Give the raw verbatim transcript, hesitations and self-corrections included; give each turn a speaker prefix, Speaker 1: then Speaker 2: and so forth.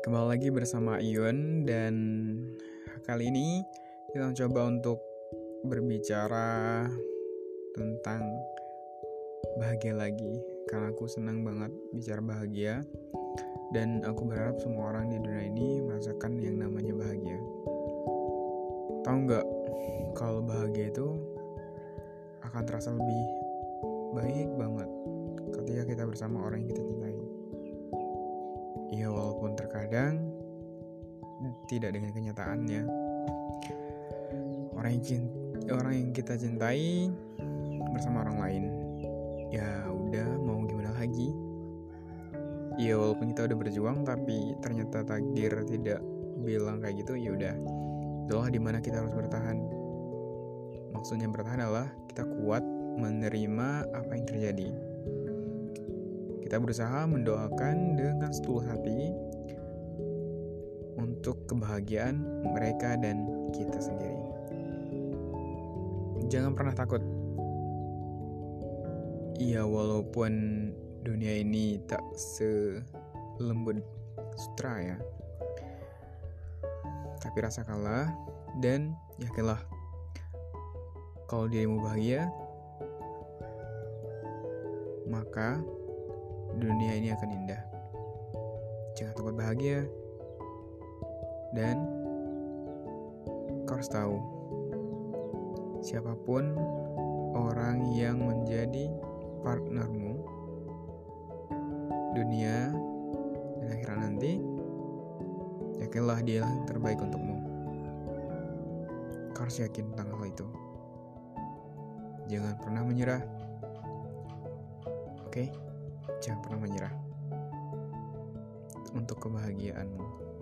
Speaker 1: Kembali lagi bersama Iyun dan kali ini kita coba untuk berbicara tentang bahagia lagi. Karena aku senang banget bicara bahagia dan aku berharap semua orang di dunia ini merasakan yang namanya bahagia. Tahu nggak kalau bahagia itu akan terasa lebih baik banget ketika kita bersama orang yang kita cintai. Ya walaupun terkadang tidak dengan kenyataannya. Orang yang cinta, orang yang kita cintai bersama orang lain. Ya udah, mau gimana lagi? Ya walaupun kita udah berjuang tapi ternyata takdir tidak bilang kayak gitu, ya udah. Itulah dimana kita harus bertahan. Maksudnya bertahan adalah kita kuat menerima apa yang terjadi. Kita berusaha mendoakan dengan setulus hati untuk kebahagiaan mereka dan kita sendiri. Jangan pernah takut. Iya, walaupun dunia ini tak selembut sutra ya, tapi rasakanlah dan yakinlah kalau dirimu bahagia, maka dunia ini akan indah. Jangan takut bahagia. Dan kau harus tahu, siapapun orang yang menjadi partnermu dunia dan akhirat nanti, yakinlah dia yang terbaik untukmu. Kau harus yakin tentang hal itu. Jangan pernah menyerah. Oke? Jangan pernah menyerah untuk kebahagiaanmu.